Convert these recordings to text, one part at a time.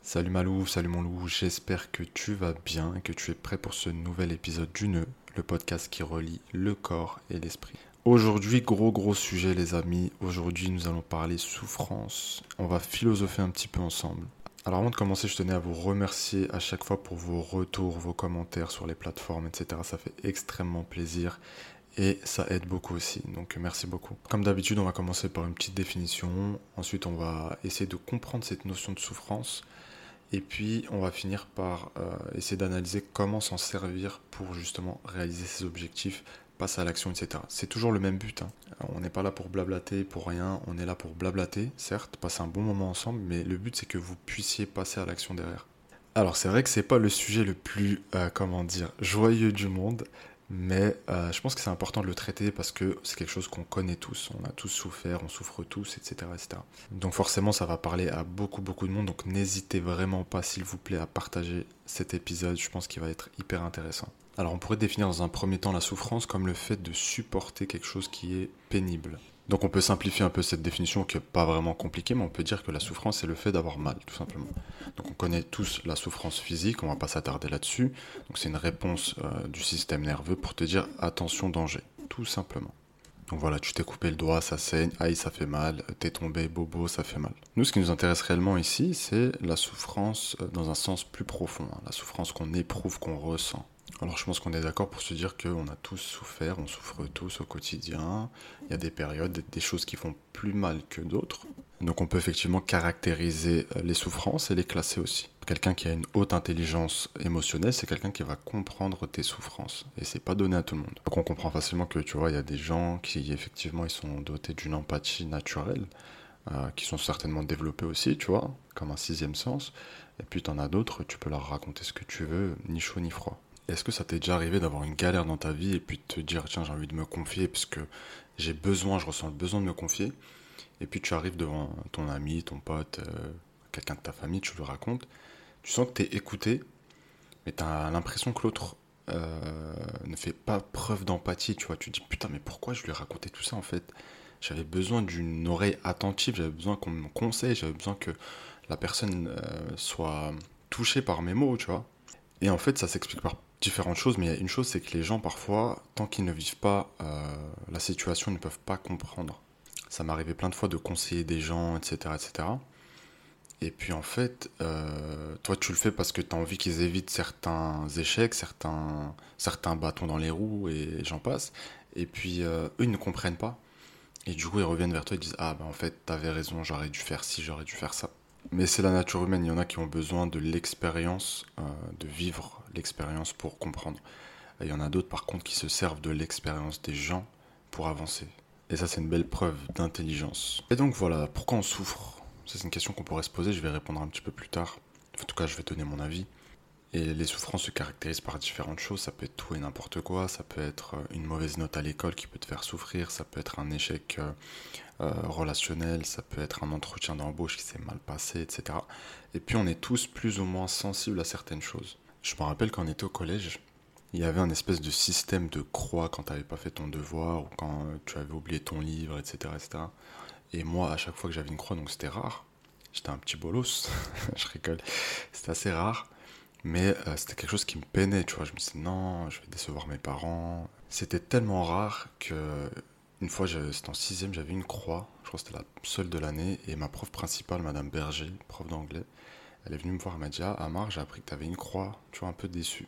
Salut Malou, salut mon loup, j'espère que tu vas bien et que tu es prêt pour ce nouvel épisode du Nœud, le podcast qui relie le corps et l'esprit. Aujourd'hui, gros sujet les amis, aujourd'hui nous allons parler souffrance, on va philosopher un petit peu ensemble. Alors avant de commencer, je tenais à vous remercier à chaque fois pour vos retours, vos commentaires sur les plateformes, etc. Ça fait extrêmement plaisir. Et ça aide beaucoup aussi, donc merci beaucoup. Comme d'habitude, on va commencer par une petite définition, ensuite on va essayer de comprendre cette notion de souffrance, et puis on va finir par essayer d'analyser comment s'en servir pour justement réaliser ses objectifs, passer à l'action, etc. C'est toujours le même but, hein. On n'est pas là pour blablater pour rien, on est là pour blablater, certes, passer un bon moment ensemble, mais le but c'est que vous puissiez passer à l'action derrière. Alors c'est vrai que c'est pas le sujet le plus, joyeux du monde, mais je pense que c'est important de le traiter parce que c'est quelque chose qu'on connaît tous, on a tous souffert, on souffre tous, etc., etc. Donc forcément ça va parler à beaucoup de monde, donc n'hésitez vraiment pas s'il vous plaît à partager cet épisode, je pense qu'il va être hyper intéressant. Alors on pourrait définir dans un premier temps la souffrance comme le fait de supporter quelque chose qui est pénible. Donc on peut simplifier un peu cette définition qui n'est pas vraiment compliquée, mais on peut dire que la souffrance c'est le fait d'avoir mal, tout simplement. Donc on connaît tous la souffrance physique, on va pas s'attarder là-dessus. Donc c'est une réponse du système nerveux pour te dire attention danger, tout simplement. Donc voilà, tu t'es coupé le doigt, ça saigne, aïe ça fait mal, t'es tombé, bobo, ça fait mal. Nous ce qui nous intéresse réellement ici, c'est la souffrance dans un sens plus profond, hein, la souffrance qu'on éprouve, qu'on ressent. Alors je pense qu'on est d'accord pour se dire qu'on a tous souffert, on souffre tous au quotidien, il y a des périodes, des choses qui font plus mal que d'autres. Donc on peut effectivement caractériser les souffrances et les classer aussi. Quelqu'un qui a une haute intelligence émotionnelle, c'est quelqu'un qui va comprendre tes souffrances. Et c'est pas donné à tout le monde. Donc on comprend facilement que tu vois, il y a des gens qui effectivement ils sont dotés d'une empathie naturelle, qui sont certainement développés aussi, tu vois, comme un sixième sens. Et puis t'en as d'autres, tu peux leur raconter ce que tu veux, ni chaud ni froid. Est-ce que ça t'est déjà arrivé d'avoir une galère dans ta vie et puis de te dire tiens j'ai envie de me confier parce que je ressens le besoin de me confier et puis tu arrives devant ton ami, ton pote, quelqu'un de ta famille, tu lui racontes, tu sens que t'es écouté mais t'as l'impression que l'autre ne fait pas preuve d'empathie, tu vois, tu te dis putain mais pourquoi je lui ai raconté tout ça en fait, j'avais besoin d'une oreille attentive, j'avais besoin qu'on me conseille, j'avais besoin que la personne soit touchée par mes mots, tu vois. Et en fait, ça s'explique par différentes choses, mais il y a une chose, c'est que les gens, parfois, tant qu'ils ne vivent pas la situation, ils ne peuvent pas comprendre. Ça m'est arrivé plein de fois de conseiller des gens, etc., etc. Et puis en fait, toi, tu le fais parce que tu as envie qu'ils évitent certains échecs, certains bâtons dans les roues, et j'en passe. Et puis, eux, ils ne comprennent pas. Et du coup, ils reviennent vers toi et disent ah, bah en fait, t'avais raison, j'aurais dû faire ci, j'aurais dû faire ça. Mais c'est la nature humaine, il y en a qui ont besoin de l'expérience, de vivre l'expérience pour comprendre. Et il y en a d'autres par contre qui se servent de l'expérience des gens pour avancer. Et ça c'est une belle preuve d'intelligence. Et donc voilà, pourquoi on souffre? Ça c'est une question qu'on pourrait se poser, je vais répondre un petit peu plus tard. En tout cas je vais donner mon avis. Et les souffrances se caractérisent par différentes choses, ça peut être tout et n'importe quoi, ça peut être une mauvaise note à l'école qui peut te faire souffrir, ça peut être un échec relationnel, ça peut être un entretien d'embauche qui s'est mal passé, etc. Et puis on est tous plus ou moins sensibles à certaines choses. Je me rappelle quand on était au collège, il y avait un espèce de système de croix quand tu n'avais pas fait ton devoir ou quand tu avais oublié ton livre, etc., etc. Et moi, à chaque fois que j'avais une croix, donc c'était rare, j'étais un petit bolos, je rigole, c'était assez rare. Mais c'était quelque chose qui me peinait, tu vois. Je me disais non, je vais décevoir mes parents. C'était tellement rare que une fois, c'était en sixième, j'avais une croix. Je crois que c'était la seule de l'année. Et ma prof principale, Madame Berger, prof d'anglais, elle est venue me voir, elle m'a dit ah, Amar, j'ai appris que t'avais une croix. Tu vois, un peu déçu.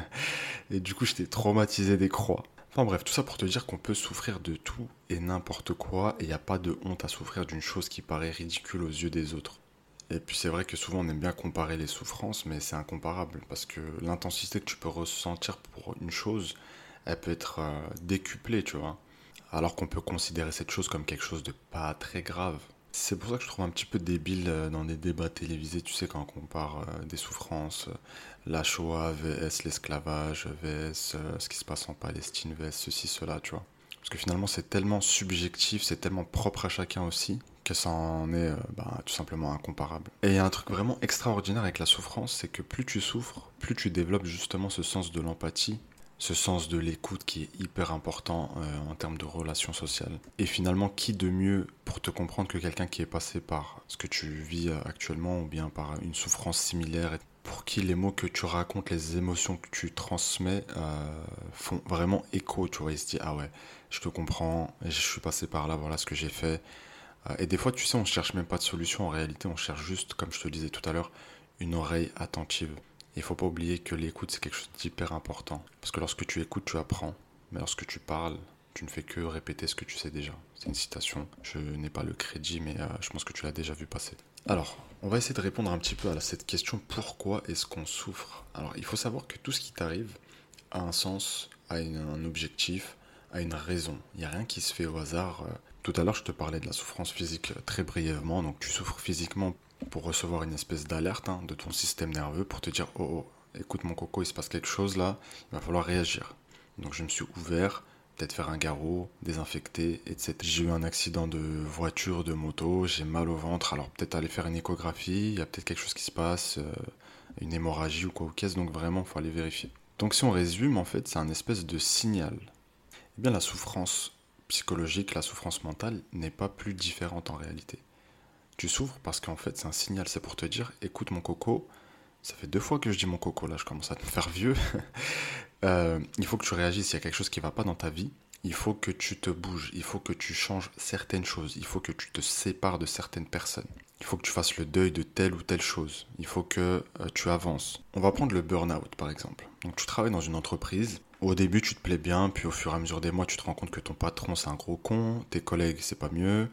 Et du coup, j'étais traumatisé des croix. Enfin bref, tout ça pour te dire qu'on peut souffrir de tout et n'importe quoi. Et il n'y a pas de honte à souffrir d'une chose qui paraît ridicule aux yeux des autres. Et puis c'est vrai que souvent on aime bien comparer les souffrances, mais c'est incomparable parce que l'intensité que tu peux ressentir pour une chose, elle peut être décuplée, tu vois. Alors qu'on peut considérer cette chose comme quelque chose de pas très grave. C'est pour ça que je trouve un petit peu débile dans des débats télévisés, tu sais, quand on compare des souffrances, la Shoah vs l'esclavage, vs ce qui se passe en Palestine, vs ceci, cela, tu vois. Parce que finalement c'est tellement subjectif, c'est tellement propre à chacun aussi, que ça en est tout simplement incomparable. Et il y a un truc vraiment extraordinaire avec la souffrance, c'est que plus tu souffres, plus tu développes justement ce sens de l'empathie, ce sens de l'écoute qui est hyper important en termes de relations sociales. Et finalement, qui de mieux pour te comprendre que quelqu'un qui est passé par ce que tu vis actuellement ou bien par une souffrance similaire, et pour qui les mots que tu racontes, les émotions que tu transmets font vraiment écho, tu vois, il se dit, ah ouais, je te comprends, je suis passé par là, voilà ce que j'ai fait. Et des fois, tu sais, on cherche même pas de solution, en réalité, on cherche juste, comme je te le disais tout à l'heure, une oreille attentive. Il faut pas oublier que l'écoute, c'est quelque chose d'hyper important. Parce que lorsque tu écoutes, tu apprends. Mais lorsque tu parles, tu ne fais que répéter ce que tu sais déjà. C'est une citation. Je n'ai pas le crédit, mais je pense que tu l'as déjà vu passer. Alors, on va essayer de répondre un petit peu à cette question. Pourquoi est-ce qu'on souffre? Alors, il faut savoir que tout ce qui t'arrive a un sens, un objectif, a une raison. Il n'y a rien qui se fait au hasard. Tout à l'heure, je te parlais de la souffrance physique très brièvement. Donc, tu souffres physiquement pour recevoir une espèce d'alerte de ton système nerveux pour te dire oh, oh, écoute mon coco, il se passe quelque chose là, il va falloir réagir. Donc je me suis ouvert, peut-être faire un garrot, désinfecter, etc. J'ai eu un accident de voiture, de moto, j'ai mal au ventre, alors peut-être aller faire une échographie, il y a peut-être quelque chose qui se passe, une hémorragie ou quoi au caisse, donc vraiment il faut aller vérifier. Donc si on résume, en fait c'est un espèce de signal. Eh bien la souffrance psychologique, la souffrance mentale n'est pas plus différente en réalité. Tu souffres parce qu'en fait c'est un signal, c'est pour te dire écoute mon coco, ça fait 2 fois que je dis mon coco là, je commence à me faire vieux. Il faut que tu réagisses, il y a quelque chose qui ne va pas dans ta vie, il faut que tu te bouges, il faut que tu changes certaines choses, il faut que tu te sépares de certaines personnes, il faut que tu fasses le deuil de telle ou telle chose, il faut que tu avances. On va prendre le burn-out par exemple. Donc tu travailles dans une entreprise, au début tu te plais bien, puis au fur et à mesure des mois tu te rends compte que ton patron c'est un gros con, tes collègues c'est pas mieux.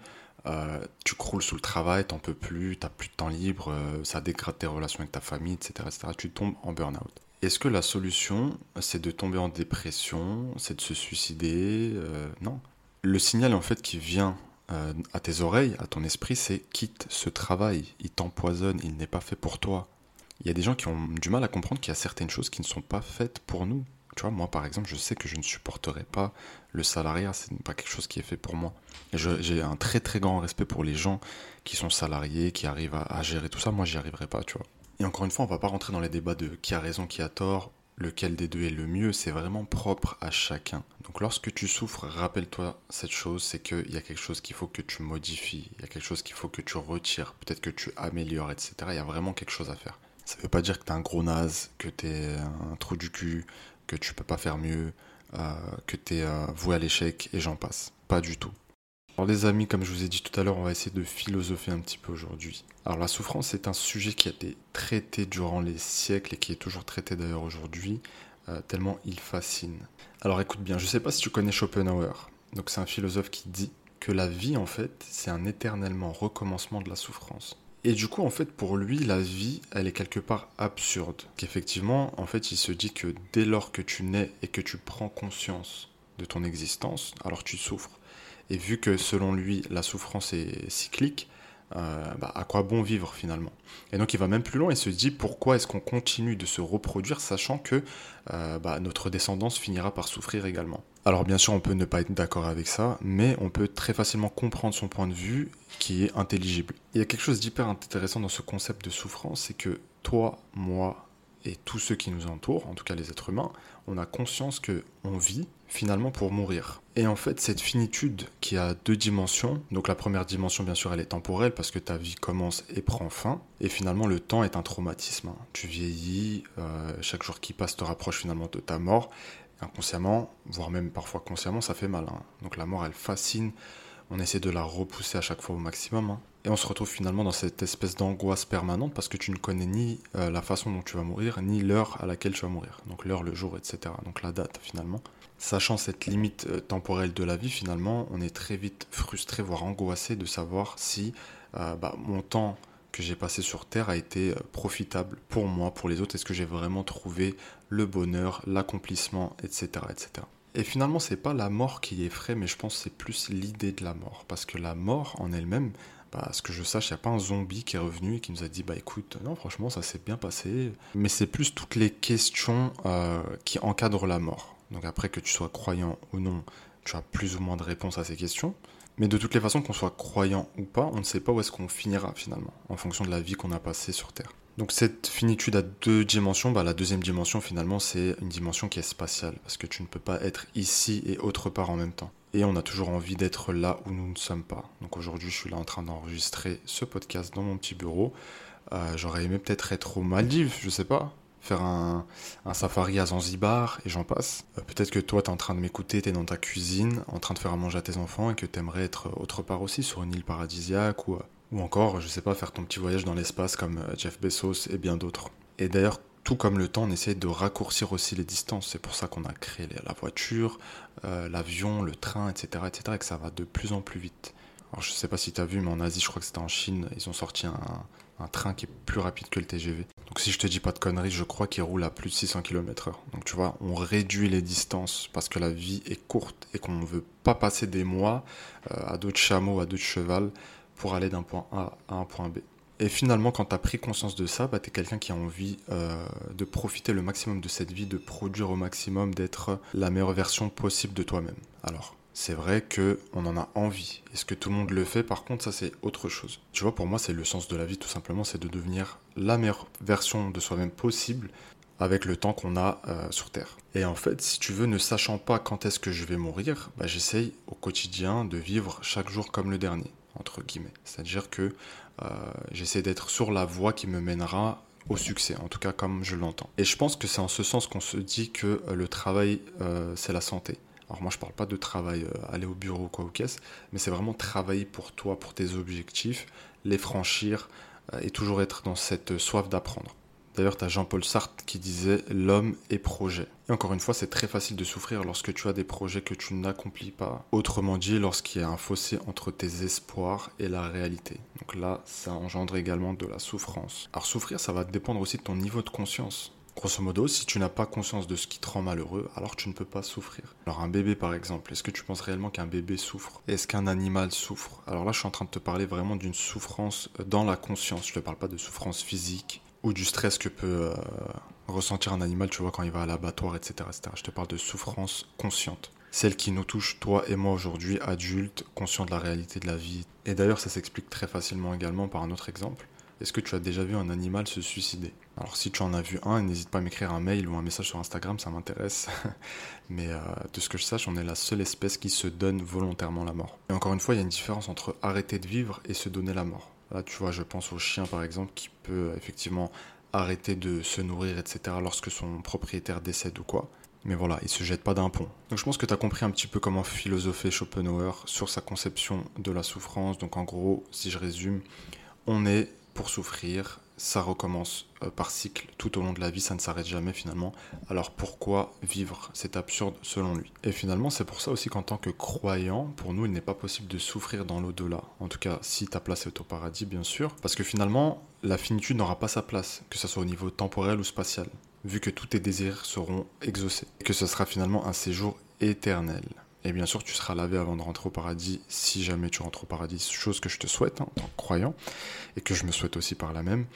Tu croules sous le travail, t'en peux plus, t'as plus de temps libre, ça dégrade tes relations avec ta famille, etc., etc. Tu tombes en burn-out. Est-ce que la solution, c'est de tomber en dépression, c'est de se suicider? Non. Le signal en fait qui vient à tes oreilles, à ton esprit, c'est quitte ce travail, il t'empoisonne, il n'est pas fait pour toi. Il y a des gens qui ont du mal à comprendre qu'il y a certaines choses qui ne sont pas faites pour nous. Tu vois, moi par exemple, je sais que je ne supporterai pas le salariat, ce n'est pas quelque chose qui est fait pour moi. J'ai un très très grand respect pour les gens qui sont salariés, qui arrivent à gérer tout ça. Moi, j'y arriverai pas, tu vois. Et encore une fois, on va pas rentrer dans les débats de qui a raison, qui a tort, lequel des deux est le mieux. C'est vraiment propre à chacun. Donc lorsque tu souffres, rappelle-toi cette chose, c'est qu'il y a quelque chose qu'il faut que tu modifies, il y a quelque chose qu'il faut que tu retires, peut-être que tu améliores, etc. Il y a vraiment quelque chose à faire. Ça veut pas dire que t'es un gros naze, que t'es un trou du cul, que tu peux pas faire mieux, que t'es voué à l'échec et j'en passe. Pas du tout. Alors les amis, comme je vous ai dit tout à l'heure, on va essayer de philosopher un petit peu aujourd'hui. Alors la souffrance est un sujet qui a été traité durant les siècles et qui est toujours traité d'ailleurs aujourd'hui, tellement il fascine. Alors écoute bien, je sais pas si tu connais Schopenhauer. Donc c'est un philosophe qui dit que la vie en fait, c'est un éternellement recommencement de la souffrance. Et du coup, en fait, pour lui, la vie, elle est quelque part absurde. Qu'effectivement, en fait, il se dit que dès lors que tu nais et que tu prends conscience de ton existence, alors tu souffres. Et vu que selon lui, la souffrance est cyclique, à quoi bon vivre finalement? Et donc il va même plus loin et se dit pourquoi est-ce qu'on continue de se reproduire sachant que notre descendance finira par souffrir également. Alors bien sûr on peut ne pas être d'accord avec ça, mais on peut très facilement comprendre son point de vue qui est intelligible. Il y a quelque chose d'hyper intéressant dans ce concept de souffrance, c'est que toi, moi et tous ceux qui nous entourent, en tout cas les êtres humains, on a conscience que on vit finalement pour mourir. Et en fait, cette finitude qui a 2 dimensions, donc la première dimension, bien sûr, elle est temporelle parce que ta vie commence et prend fin, et finalement, le temps est un traumatisme. Tu vieillis, chaque jour qui passe te rapproche finalement de ta mort, inconsciemment, voire même parfois consciemment, ça fait mal. Donc la mort, elle fascine, on essaie de la repousser à chaque fois au maximum, et on se retrouve finalement dans cette espèce d'angoisse permanente parce que tu ne connais ni la façon dont tu vas mourir, ni l'heure à laquelle tu vas mourir. Donc l'heure, le jour, etc. Donc la date finalement. Sachant cette limite temporelle de la vie, finalement, on est très vite frustré, voire angoissé de savoir si mon temps que j'ai passé sur Terre a été profitable pour moi, pour les autres. Est-ce que j'ai vraiment trouvé le bonheur, l'accomplissement, etc., etc. Et finalement, c'est pas la mort qui effraie, mais je pense que c'est plus l'idée de la mort. Parce que la mort en elle-même, à ce que je sache, il n'y a pas un zombie qui est revenu et qui nous a dit écoute, non, franchement, ça s'est bien passé. Mais c'est plus toutes les questions qui encadrent la mort. Donc après, que tu sois croyant ou non, tu as plus ou moins de réponses à ces questions. Mais de toutes les façons, qu'on soit croyant ou pas, on ne sait pas où est-ce qu'on finira finalement, en fonction de la vie qu'on a passée sur Terre. Donc cette finitude a deux dimensions. La deuxième dimension finalement c'est une dimension qui est spatiale parce que tu ne peux pas être ici et autre part en même temps. Et on a toujours envie d'être là où nous ne sommes pas. Donc aujourd'hui je suis là en train d'enregistrer ce podcast dans mon petit bureau. J'aurais aimé peut-être être aux Maldives, je sais pas. Faire un safari à Zanzibar et j'en passe. Peut-être que toi t'es en train de m'écouter, t'es dans ta cuisine, en train de faire à manger à tes enfants et que t'aimerais être autre part aussi, sur une île paradisiaque ou encore, je sais pas, faire ton petit voyage dans l'espace comme Jeff Bezos et bien d'autres. Et d'ailleurs, tout comme le temps, on essaie de raccourcir aussi les distances. C'est pour ça qu'on a créé la voiture, l'avion, le train, etc., etc., et que ça va de plus en plus vite. Alors je sais pas si t'as vu, mais en Asie, je crois que c'était en Chine, ils ont sorti un train qui est plus rapide que le TGV. Donc si je te dis pas de conneries, je crois qu'il roule à plus de 600 km/h. Donc tu vois, on réduit les distances parce que la vie est courte et qu'on ne veut pas passer des mois à dos de chameau, à dos de cheval pour aller d'un point A à un point B. Et finalement, quand tu as pris conscience de ça, tu es quelqu'un qui a envie de profiter le maximum de cette vie, de produire au maximum, d'être la meilleure version possible de toi-même. Alors, c'est vrai qu'on en a envie. Est-ce que tout le monde le fait? Par contre, ça c'est autre chose. Tu vois, pour moi, c'est le sens de la vie, tout simplement, c'est de devenir la meilleure version de soi-même possible avec le temps qu'on a sur Terre. Et en fait, si tu veux, ne sachant pas quand est-ce que je vais mourir, j'essaye au quotidien de vivre chaque jour comme le dernier, entre guillemets. C'est-à-dire que j'essaie d'être sur la voie qui me mènera au succès, en tout cas comme je l'entends. Et je pense que c'est en ce sens qu'on se dit que le travail, c'est la santé. Alors moi je parle pas de travail, aller au bureau quoi ou qu'est-ce, mais c'est vraiment travailler pour toi, pour tes objectifs, les franchir et toujours être dans cette soif d'apprendre. D'ailleurs, tu as Jean-Paul Sartre qui disait « L'homme est projet ». Et encore une fois, c'est très facile de souffrir lorsque tu as des projets que tu n'accomplis pas. Autrement dit, lorsqu'il y a un fossé entre tes espoirs et la réalité. Donc là, ça engendre également de la souffrance. Alors souffrir, ça va dépendre aussi de ton niveau de conscience. Grosso modo, si tu n'as pas conscience de ce qui te rend malheureux, alors tu ne peux pas souffrir. Alors un bébé par exemple, est-ce que tu penses réellement qu'un bébé souffre? Est-ce qu'un animal souffre? Alors là, je suis en train de te parler vraiment d'une souffrance dans la conscience. Je ne te parle pas de souffrance physique ou du stress que peut ressentir un animal, tu vois, quand il va à l'abattoir, etc., etc. Je te parle de souffrance consciente. Celle qui nous touche, toi et moi aujourd'hui, adultes, conscients de la réalité de la vie. Et d'ailleurs, ça s'explique très facilement également par un autre exemple. Est-ce que tu as déjà vu un animal se suicider? Alors si tu en as vu un, n'hésite pas à m'écrire un mail ou un message sur Instagram, ça m'intéresse. Mais de ce que je sache, on est la seule espèce qui se donne volontairement la mort. Et encore une fois, il y a une différence entre arrêter de vivre et se donner la mort. Là, tu vois, je pense au chien par exemple qui peut effectivement arrêter de se nourrir, etc. lorsque son propriétaire décède ou quoi. Mais voilà, il se jette pas d'un pont. Donc je pense que tu as compris un petit peu comment philosopher Schopenhauer sur sa conception de la souffrance. Donc en gros, si je résume, on est pour souffrir, ça recommence par cycle tout au long de la vie, ça ne s'arrête jamais finalement. Alors pourquoi vivre? C'est absurde selon lui. Et finalement, c'est pour ça aussi qu'en tant que croyant, pour nous, il n'est pas possible de souffrir dans l'au-delà. En tout cas, si ta place est au paradis, bien sûr. Parce que finalement, la finitude n'aura pas sa place, que ce soit au niveau temporel ou spatial, vu que tous tes désirs seront exaucés. Et que ce sera finalement un séjour éternel. Et bien sûr, tu seras lavé avant de rentrer au paradis, si jamais tu rentres au paradis, chose que je te souhaite en tant que croyant, et que je me souhaite aussi par là même.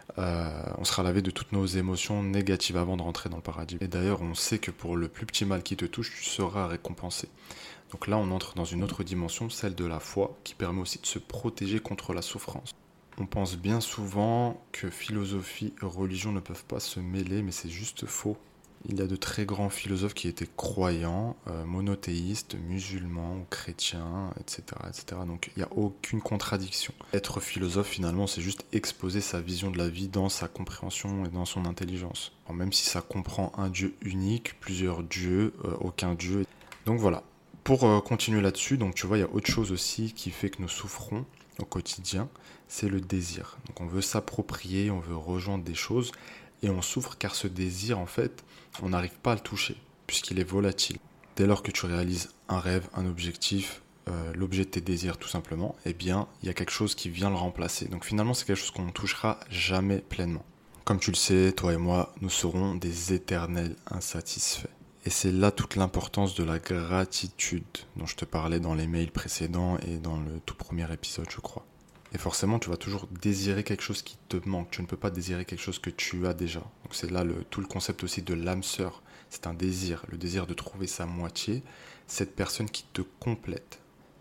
On sera lavé de toutes nos émotions négatives avant de rentrer dans le paradis. Et d'ailleurs, on sait que pour le plus petit mal qui te touche, tu seras récompensé. Donc là, on entre dans une autre dimension, celle de la foi, qui permet aussi de se protéger contre la souffrance. On pense bien souvent que philosophie et religion ne peuvent pas se mêler, mais c'est juste faux. Il y a de très grands philosophes qui étaient croyants, monothéistes, musulmans ou chrétiens, etc., etc. Donc il n'y a aucune contradiction. Être philosophe, finalement, c'est juste exposer sa vision de la vie dans sa compréhension et dans son intelligence. Alors, même si ça comprend un Dieu unique, plusieurs dieux, aucun Dieu. Donc voilà. Pour continuer là-dessus, donc tu vois, il y a autre chose aussi qui fait que nous souffrons au quotidien, c'est le désir. Donc on veut s'approprier, on veut rejoindre des choses, et on souffre car ce désir, en fait, on n'arrive pas à le toucher, puisqu'il est volatile. Dès lors que tu réalises un rêve, un objectif, l'objet de tes désirs tout simplement, eh bien, il y a quelque chose qui vient le remplacer. Donc finalement, c'est quelque chose qu'on ne touchera jamais pleinement. Comme tu le sais, toi et moi, nous serons des éternels insatisfaits. Et c'est là toute l'importance de la gratitude dont je te parlais dans les mails précédents et dans le tout premier épisode, je crois. Et forcément, tu vas toujours désirer quelque chose qui te manque. Tu ne peux pas désirer quelque chose que tu as déjà. Donc c'est là tout le concept aussi de l'âme sœur. C'est un désir, le désir de trouver sa moitié, cette personne qui te complète.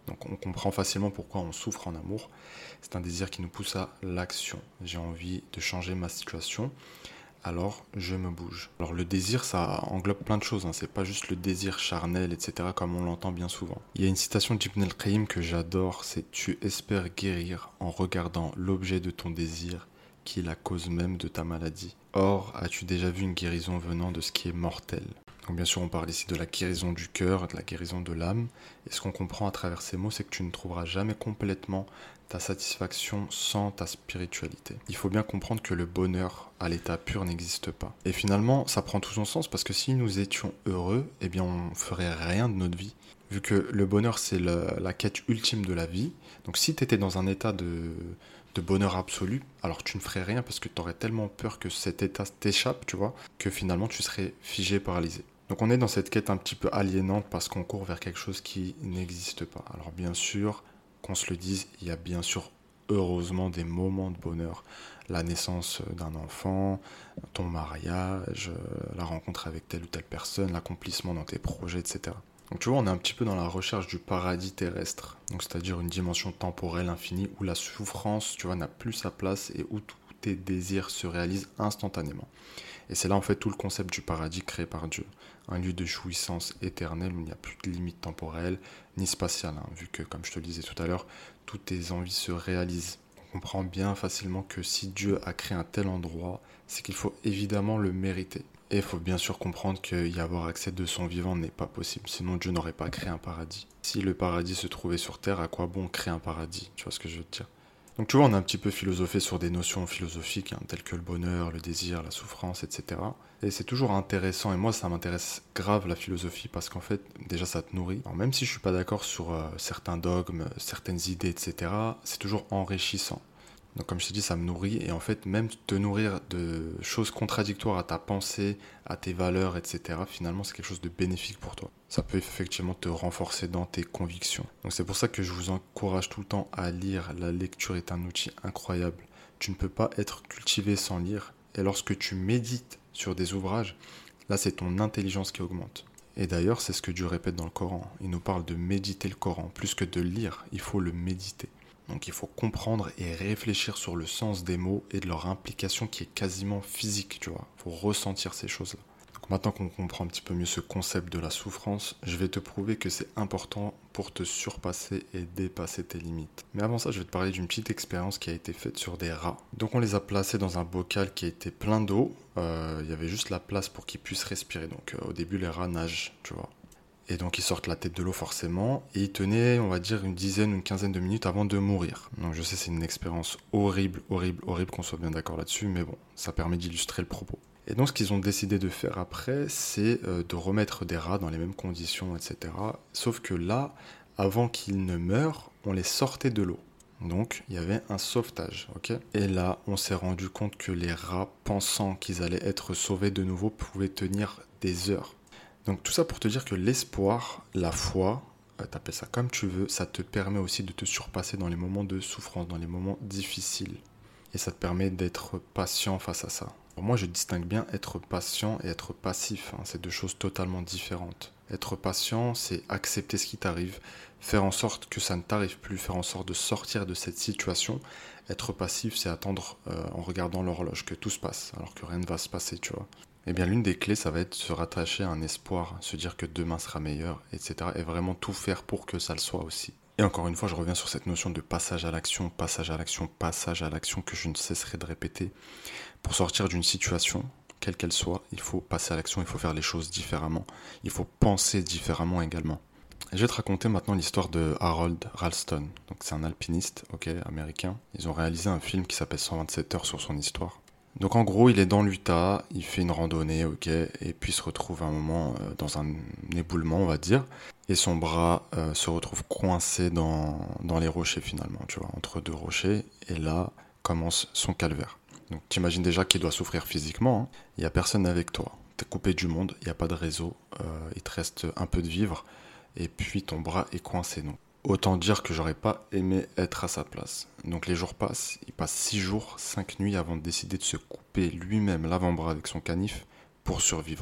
Donc on comprend facilement pourquoi on souffre en amour. C'est un désir qui nous pousse à l'action. J'ai envie de changer ma situation, alors je me bouge. Alors le désir, ça englobe plein de choses, hein. C'est pas juste le désir charnel, etc., comme on l'entend bien souvent. Il y a une citation d'Ibn el-Qayyim que j'adore, c'est « Tu espères guérir en regardant l'objet de ton désir, qui est la cause même de ta maladie. Or, as-tu déjà vu une guérison venant de ce qui est mortel ?» Donc bien sûr, on parle ici de la guérison du cœur, de la guérison de l'âme. Et ce qu'on comprend à travers ces mots, c'est que tu ne trouveras jamais complètement ta satisfaction sans ta spiritualité. Il faut bien comprendre que le bonheur à l'état pur n'existe pas. Et finalement, ça prend tout son sens parce que si nous étions heureux, eh bien on ferait rien de notre vie. Vu que le bonheur, c'est la quête ultime de la vie. Donc si tu étais dans un état de bonheur absolu, alors tu ne ferais rien parce que tu aurais tellement peur que cet état t'échappe, tu vois, que finalement tu serais figé, paralysé. Donc on est dans cette quête un petit peu aliénante parce qu'on court vers quelque chose qui n'existe pas. Alors bien sûr, qu'on se le dise, il y a bien sûr heureusement des moments de bonheur. La naissance d'un enfant, ton mariage, la rencontre avec telle ou telle personne, l'accomplissement dans tes projets, etc. Donc tu vois, on est un petit peu dans la recherche du paradis terrestre. Donc c'est-à-dire une dimension temporelle infinie où la souffrance, tu vois, n'a plus sa place et où tous tes désirs se réalisent instantanément. Et c'est là en fait tout le concept du paradis créé par Dieu. Un lieu de jouissance éternelle où il n'y a plus de limite temporelle ni spatiale, hein, vu que, comme je te le disais tout à l'heure, toutes tes envies se réalisent. On comprend bien facilement que si Dieu a créé un tel endroit, c'est qu'il faut évidemment le mériter. Et il faut bien sûr comprendre qu'y avoir accès de son vivant n'est pas possible, sinon Dieu n'aurait pas créé un paradis. Si le paradis se trouvait sur terre, à quoi bon créer un paradis? Tu vois ce que je veux te dire? Donc tu vois, on a un petit peu philosophé sur des notions philosophiques, hein, telles que le bonheur, le désir, la souffrance, etc. Et c'est toujours intéressant, et moi ça m'intéresse grave la philosophie, parce qu'en fait, déjà ça te nourrit. Alors même si je suis pas d'accord sur certains dogmes, certaines idées, etc., c'est toujours enrichissant. Donc comme je t'ai dit, ça me nourrit, et en fait, même te nourrir de choses contradictoires à ta pensée, à tes valeurs, etc., finalement, c'est quelque chose de bénéfique pour toi. Ça peut effectivement te renforcer dans tes convictions. Donc c'est pour ça que je vous encourage tout le temps à lire. La lecture est un outil incroyable. Tu ne peux pas être cultivé sans lire, et lorsque tu médites sur des ouvrages, là, c'est ton intelligence qui augmente. Et d'ailleurs, c'est ce que Dieu répète dans le Coran. Il nous parle de méditer le Coran. Plus que de le lire, il faut le méditer. Donc il faut comprendre et réfléchir sur le sens des mots et de leur implication qui est quasiment physique, tu vois. Il faut ressentir ces choses-là. Donc maintenant qu'on comprend un petit peu mieux ce concept de la souffrance, je vais te prouver que c'est important pour te surpasser et dépasser tes limites. Mais avant ça, je vais te parler d'une petite expérience qui a été faite sur des rats. Donc on les a placés dans un bocal qui était plein d'eau. Il y avait juste la place pour qu'ils puissent respirer. Donc au début, les rats nagent, tu vois. Et donc ils sortent la tête de l'eau forcément, et ils tenaient, on va dire, une dizaine ou une quinzaine de minutes avant de mourir. Donc je sais, c'est une expérience horrible, horrible, horrible, qu'on soit bien d'accord là-dessus, mais bon, ça permet d'illustrer le propos. Et donc ce qu'ils ont décidé de faire après, c'est de remettre des rats dans les mêmes conditions, etc. Sauf que là, avant qu'ils ne meurent, on les sortait de l'eau. Donc il y avait un sauvetage, ok? Et là, on s'est rendu compte que les rats, pensant qu'ils allaient être sauvés de nouveau, pouvaient tenir des heures. Donc tout ça pour te dire que l'espoir, la foi, t'appelles ça comme tu veux, ça te permet aussi de te surpasser dans les moments de souffrance, dans les moments difficiles. Et ça te permet d'être patient face à ça. Pour moi, je distingue bien être patient et être passif, hein. C'est deux choses totalement différentes. Être patient, c'est accepter ce qui t'arrive, faire en sorte que ça ne t'arrive plus, faire en sorte de sortir de cette situation. Être passif, c'est attendre en regardant l'horloge que tout se passe, alors que rien ne va se passer, tu vois. Eh bien, l'une des clés, ça va être se rattacher à un espoir, se dire que demain sera meilleur, etc. Et vraiment tout faire pour que ça le soit aussi. Et encore une fois, je reviens sur cette notion de passage à l'action, passage à l'action, passage à l'action que je ne cesserai de répéter. Pour sortir d'une situation, quelle qu'elle soit, il faut passer à l'action, il faut faire les choses différemment. Il faut penser différemment également. Et je vais te raconter maintenant l'histoire de Harold Ralston. Donc c'est un alpiniste, américain. Ils ont réalisé un film qui s'appelle 127 heures sur son histoire. Donc en gros, il est dans l'Utah, il fait une randonnée, et puis se retrouve à un moment dans un éboulement, on va dire, et son bras se retrouve coincé dans les rochers finalement, tu vois, entre deux rochers, et là commence son calvaire. Donc t'imagines déjà qu'il doit souffrir physiquement, hein. Il n'y a personne avec toi, t'es coupé du monde, il n'y a pas de réseau, il te reste un peu de vivre, et puis ton bras est coincé. Donc autant dire que j'aurais pas aimé être à sa place. Donc les jours passent, il passe 6 jours, 5 nuits avant de décider de se couper lui-même l'avant-bras avec son canif pour survivre.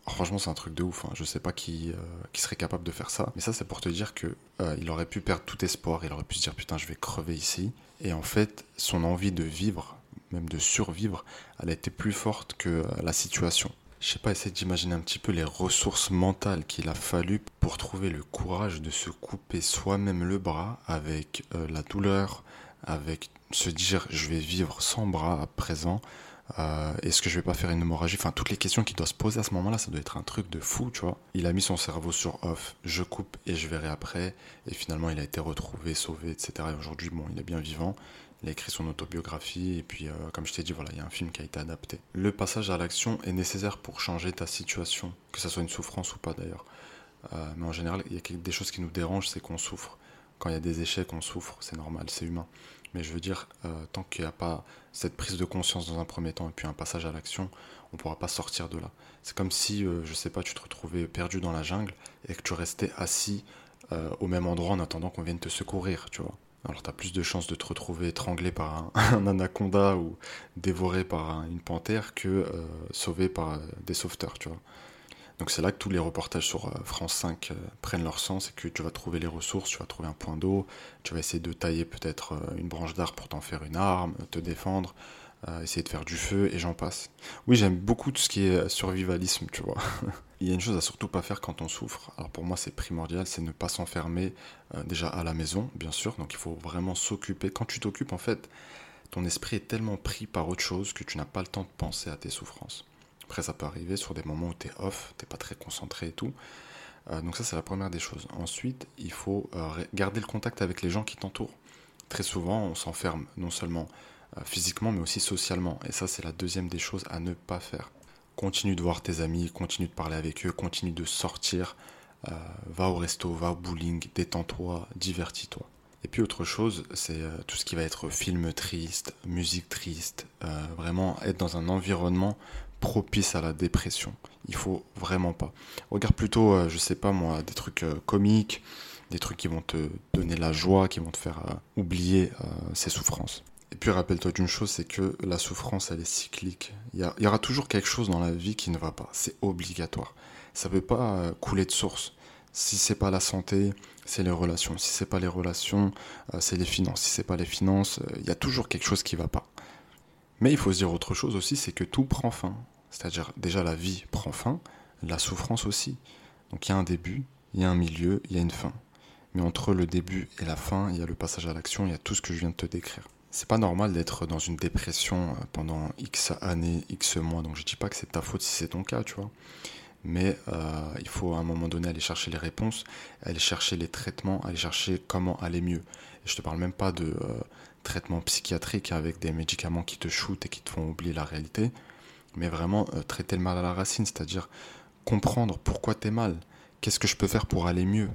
Franchement, c'est un truc de ouf, hein. Je sais pas qui serait capable de faire ça. Mais ça, c'est pour te dire que il aurait pu perdre tout espoir. Il aurait pu se dire, putain, je vais crever ici. Et en fait, son envie de vivre, même de survivre, elle a été plus forte que la situation. Je sais pas, essayer d'imaginer un petit peu les ressources mentales qu'il a fallu pour trouver le courage de se couper soi-même le bras avec la douleur, avec se dire, je vais vivre sans bras à présent. Est-ce que je vais pas faire une hémorragie? Enfin, toutes les questions qu'il doit se poser à ce moment-là, ça doit être un truc de fou, tu vois. Il a mis son cerveau sur off, je coupe et je verrai après. Et finalement, il a été retrouvé, sauvé, etc. Et aujourd'hui, bon, il est bien vivant. Il a écrit son autobiographie et puis, comme je t'ai dit, voilà, il y a un film qui a été adapté. Le passage à l'action est nécessaire pour changer ta situation, que ça soit une souffrance ou pas d'ailleurs. Mais en général, il y a des choses qui nous dérangent, c'est qu'on souffre. Quand il y a des échecs, on souffre, c'est normal, c'est humain. Mais je veux dire, tant qu'il n'y a pas cette prise de conscience dans un premier temps et puis un passage à l'action, on ne pourra pas sortir de là. C'est comme si, je sais pas, tu te retrouvais perdu dans la jungle et que tu restais assis au même endroit en attendant qu'on vienne te secourir, tu vois. Alors tu as plus de chances de te retrouver étranglé par un anaconda ou dévoré par une panthère que sauvé par des sauveteurs, tu vois. Donc c'est là que tous les reportages sur France 5 prennent leur sens et que tu vas trouver les ressources, tu vas trouver un point d'eau, tu vas essayer de tailler peut-être une branche d'arbre pour t'en faire une arme, te défendre, essayer de faire du feu et j'en passe. Oui, j'aime beaucoup tout ce qui est survivalisme, tu vois. Il y a une chose à surtout pas faire quand on souffre. Alors pour moi c'est primordial, c'est ne pas s'enfermer déjà à la maison, bien sûr. Donc il faut vraiment s'occuper. Quand tu t'occupes en fait, ton esprit est tellement pris par autre chose que tu n'as pas le temps de penser à tes souffrances. Après, ça peut arriver sur des moments où tu es off, tu n'es pas très concentré et tout. Donc ça, c'est la première des choses. Ensuite, il faut garder le contact avec les gens qui t'entourent. Très souvent, on s'enferme non seulement physiquement, mais aussi socialement. Et ça, c'est la deuxième des choses à ne pas faire. Continue de voir tes amis, continue de parler avec eux, continue de sortir. Va au resto, va au bowling, détends-toi, divertis-toi. Et puis autre chose, c'est tout ce qui va être film triste, musique triste, vraiment être dans un environnement propice à la dépression. Il faut vraiment pas. Regarde plutôt, je sais pas moi, des trucs comiques, des trucs qui vont te donner la joie, qui vont te faire oublier ces souffrances. Et puis rappelle-toi d'une chose, c'est que la souffrance, elle est cyclique. Il y aura toujours quelque chose dans la vie qui ne va pas. C'est obligatoire. Ça ne peut pas couler de source. Si c'est pas la santé, c'est les relations. Si c'est pas les relations, c'est les finances. Si c'est pas les finances, il y a toujours quelque chose qui va pas. Mais il faut se dire autre chose aussi, c'est que tout prend fin. C'est-à-dire, déjà la vie prend fin, la souffrance aussi. Donc il y a un début, il y a un milieu, il y a une fin. Mais entre le début et la fin, il y a le passage à l'action, il y a tout ce que je viens de te décrire. C'est pas normal d'être dans une dépression pendant X années, X mois. Donc je dis pas que c'est ta faute si c'est ton cas, tu vois. Mais il faut à un moment donné aller chercher les réponses, aller chercher les traitements, aller chercher comment aller mieux. Et je te parle même pas de traitement psychiatrique avec des médicaments qui te shootent et qui te font oublier la réalité, mais vraiment traiter le mal à la racine, c'est-à-dire comprendre pourquoi t'es mal, qu'est-ce que je peux faire pour aller mieux.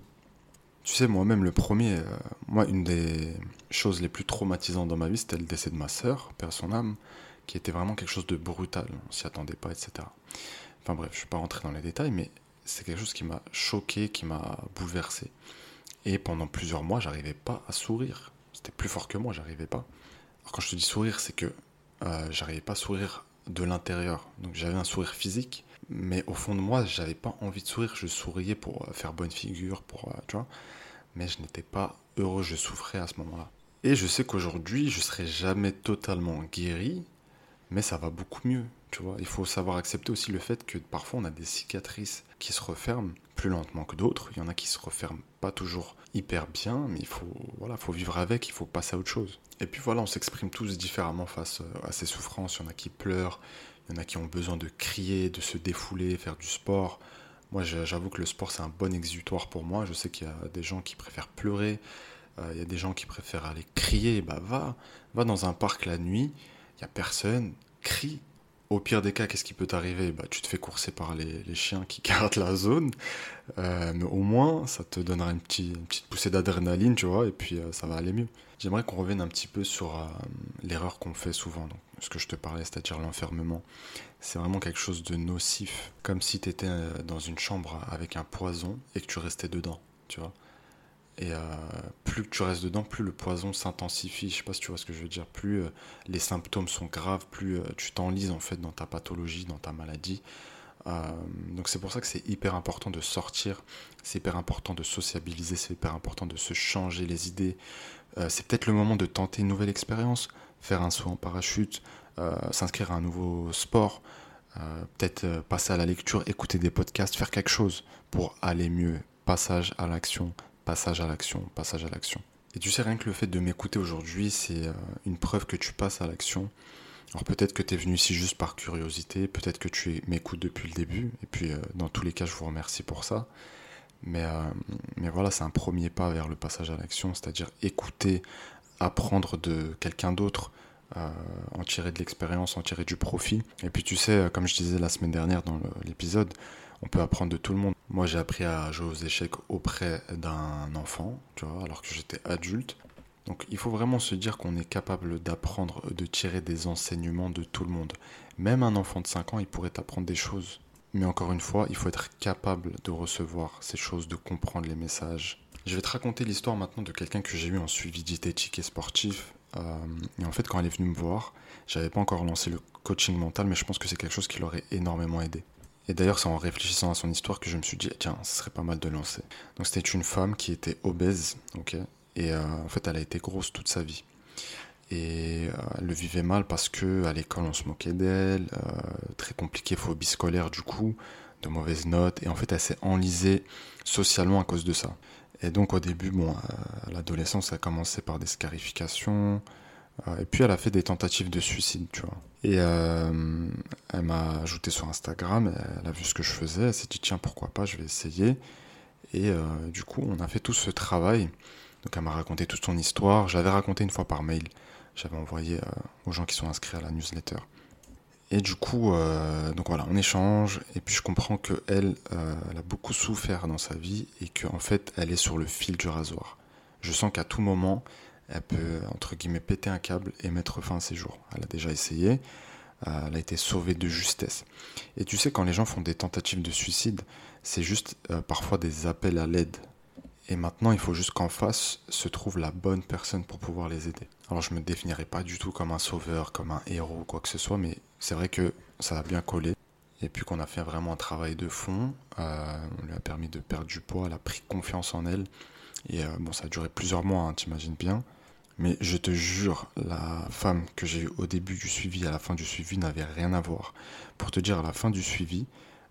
Tu sais, moi-même, le premier, moi, une des choses les plus traumatisantes dans ma vie, c'était le décès de ma sœur, père son âme, qui était vraiment quelque chose de brutal, on s'y attendait pas, etc. Enfin bref, je ne vais pas rentrer dans les détails, mais c'est quelque chose qui m'a choqué, qui m'a bouleversé. Et pendant plusieurs mois, j'arrivais pas à sourire. C'était plus fort que moi, j'arrivais pas. Alors quand je te dis sourire, c'est que j'arrivais pas à sourire de l'intérieur. Donc j'avais un sourire physique, mais au fond de moi, j'avais pas envie de sourire. Je souriais pour faire bonne figure, tu vois. Mais je n'étais pas heureux, je souffrais à ce moment-là. Et je sais qu'aujourd'hui, je serai jamais totalement guéri, mais ça va beaucoup mieux, tu vois. Il faut savoir accepter aussi le fait que parfois on a des cicatrices qui se referment plus lentement que d'autres. Il y en a qui se referment pas toujours hyper bien, mais faut vivre avec, il faut passer à autre chose. Et puis voilà, on s'exprime tous différemment face à ces souffrances. Il y en a qui pleurent, il y en a qui ont besoin de crier, de se défouler, faire du sport. Moi, j'avoue que le sport, c'est un bon exutoire pour moi. Je sais qu'il y a des gens qui préfèrent pleurer, il y a des gens qui préfèrent aller crier. Bah va dans un parc la nuit, il n'y a personne, crie. Au pire des cas, qu'est-ce qui peut t'arriver? Bah, tu te fais courser par les chiens qui gardent la zone. Mais au moins, ça te donnera une petite poussée d'adrénaline, tu vois, et puis ça va aller mieux. J'aimerais qu'on revienne un petit peu sur l'erreur qu'on fait souvent. Donc, ce que je te parlais, c'est-à-dire l'enfermement. C'est vraiment quelque chose de nocif. Comme si tu étais dans une chambre avec un poison et que tu restais dedans, tu vois. Et plus que tu restes dedans, plus le poison s'intensifie. Je sais pas si tu vois ce que je veux dire. Plus les symptômes sont graves, plus tu t'enlises en fait dans ta pathologie, dans ta maladie. Donc c'est pour ça que c'est hyper important de sortir, c'est hyper important de sociabiliser, c'est hyper important de se changer les idées. C'est peut-être le moment de tenter une nouvelle expérience, faire un saut en parachute, s'inscrire à un nouveau sport, peut-être passer à la lecture, écouter des podcasts, faire quelque chose pour aller mieux. Passage à l'action, passage à l'action, passage à l'action. Et tu sais, rien que le fait de m'écouter aujourd'hui, c'est une preuve que tu passes à l'action. Alors peut-être que tu es venu ici juste par curiosité, peut-être que m'écoutes depuis le début, et puis dans tous les cas, je vous remercie pour ça. Mais voilà, c'est un premier pas vers le passage à l'action, c'est-à-dire écouter, apprendre de quelqu'un d'autre, en tirer de l'expérience, en tirer du profit. Et puis tu sais, comme je disais la semaine dernière dans l'épisode, on peut apprendre de tout le monde. Moi, j'ai appris à jouer aux échecs auprès d'un enfant, tu vois, alors que j'étais adulte. Donc il faut vraiment se dire qu'on est capable d'apprendre, de tirer des enseignements de tout le monde. Même un enfant de 5 ans, il pourrait apprendre des choses. Mais encore une fois, il faut être capable de recevoir ces choses, de comprendre les messages. Je vais te raconter l'histoire maintenant de quelqu'un que j'ai eu en suivi diététique et sportif. Et en fait, quand elle est venue me voir, j'avais pas encore lancé le coaching mental, mais je pense que c'est quelque chose qui l'aurait énormément aidé. Et d'ailleurs, c'est en réfléchissant à son histoire que je me suis dit, tiens, ce serait pas mal de lancer. Donc c'était une femme qui était obèse, ok, et en fait, elle a été grosse toute sa vie. Et elle le vivait mal parce que à l'école, on se moquait d'elle, très compliqué, phobie scolaire du coup, de mauvaises notes, et en fait, elle s'est enlisée socialement à cause de ça. Et donc au début, bon, à l'adolescence, ça a commencé par des scarifications, et puis elle a fait des tentatives de suicide, tu vois. Et elle m'a ajouté sur Instagram, elle a vu ce que je faisais, elle s'est dit tiens pourquoi pas, je vais essayer. Et du coup on a fait tout ce travail. Donc elle m'a raconté toute son histoire, je l'avais raconté une fois par mail, j'avais envoyé aux gens qui sont inscrits à la newsletter. Et du coup, donc voilà, on échange, et puis je comprends qu'elle, elle a beaucoup souffert dans sa vie, et qu'en fait elle est sur le fil du rasoir. Je sens qu'à tout moment, elle peut, entre guillemets, péter un câble et mettre fin à ses jours. Elle a déjà essayé, elle a été sauvée de justesse. Et tu sais, quand les gens font des tentatives de suicide, c'est juste parfois des appels à l'aide. Et maintenant, il faut juste qu'en face se trouve la bonne personne pour pouvoir les aider. Alors, je me définirai pas du tout comme un sauveur, comme un héros ou quoi que ce soit, mais c'est vrai que ça a bien collé. Et puis qu'on a fait vraiment un travail de fond, on lui a permis de perdre du poids, elle a pris confiance en elle. Et bon, ça a duré plusieurs mois, hein, t'imagines bien. Mais je te jure, la femme que j'ai eue au début du suivi, à la fin du suivi, n'avait rien à voir. Pour te dire, à la fin du suivi,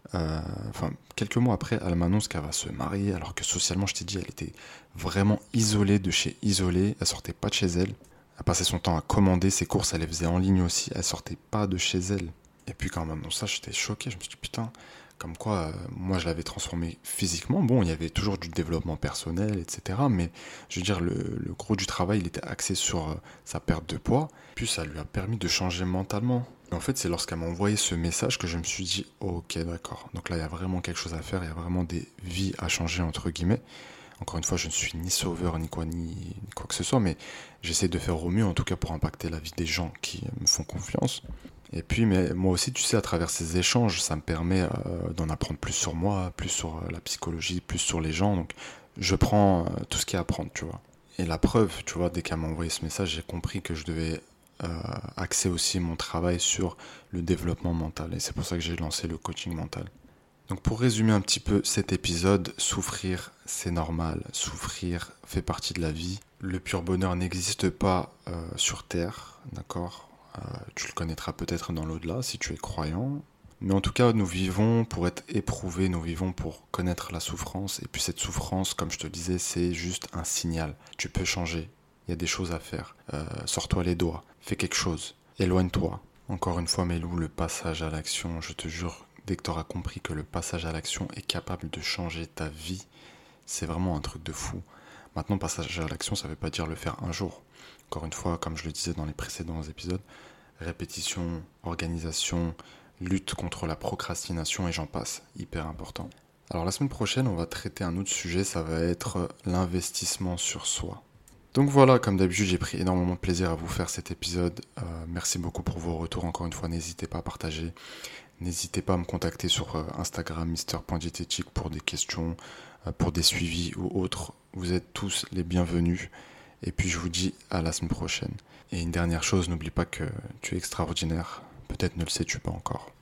quelques mois après, elle m'annonce qu'elle va se marier, alors que socialement, je t'ai dit, elle était vraiment isolée de chez isolée, elle sortait pas de chez elle. Elle passait son temps à commander ses courses, elle les faisait en ligne aussi, elle sortait pas de chez elle. Et puis quand elle m'annonce ça, j'étais choqué, je me suis dit putain, comme quoi, moi je l'avais transformée physiquement. Bon, il y avait toujours du développement personnel, etc. Mais je veux dire, le gros du travail, il était axé sur sa perte de poids. Puis ça lui a permis de changer mentalement. Et en fait, c'est lorsqu'elle m'a envoyé ce message que je me suis dit, ok, d'accord. Donc là, il y a vraiment quelque chose à faire, il y a vraiment des vies à changer, entre guillemets. Encore une fois, je ne suis ni sauveur, ni quoi que ce soit, mais j'essaie de faire au mieux, en tout cas pour impacter la vie des gens qui me font confiance. Et puis, mais moi aussi, tu sais, à travers ces échanges, ça me permet d'en apprendre plus sur moi, plus sur la psychologie, plus sur les gens. Donc, je prends tout ce qu'il y a à apprendre, tu vois. Et la preuve, tu vois, dès qu'elle m'a envoyé ce message, j'ai compris que je devais axer aussi mon travail sur le développement mental. Et c'est pour ça que j'ai lancé le coaching mental. Donc pour résumer un petit peu cet épisode, souffrir c'est normal, souffrir fait partie de la vie. Le pur bonheur n'existe pas sur Terre, d'accord ? Tu le connaîtras peut-être dans l'au-delà si tu es croyant. Mais en tout cas, nous vivons pour être éprouvés, nous vivons pour connaître la souffrance. Et puis cette souffrance, comme je te le disais, c'est juste un signal. Tu peux changer, il y a des choses à faire. Sors-toi les doigts, fais quelque chose, éloigne-toi. Encore une fois, Melou, le passage à l'action, je te jure, dès que tu auras compris que le passage à l'action est capable de changer ta vie, c'est vraiment un truc de fou. Maintenant, passage à l'action, ça ne veut pas dire le faire un jour. Encore une fois, comme je le disais dans les précédents épisodes, répétition, organisation, lutte contre la procrastination et j'en passe, hyper important. Alors la semaine prochaine, on va traiter un autre sujet, ça va être l'investissement sur soi. Donc voilà, comme d'habitude, j'ai pris énormément de plaisir à vous faire cet épisode. Merci beaucoup pour vos retours. Encore une fois, n'hésitez pas à partager. N'hésitez pas à me contacter sur Instagram, mister.diététique pour des questions, pour des suivis ou autres. Vous êtes tous les bienvenus. Et puis je vous dis à la semaine prochaine. Et une dernière chose, n'oublie pas que tu es extraordinaire. Peut-être ne le sais-tu pas encore.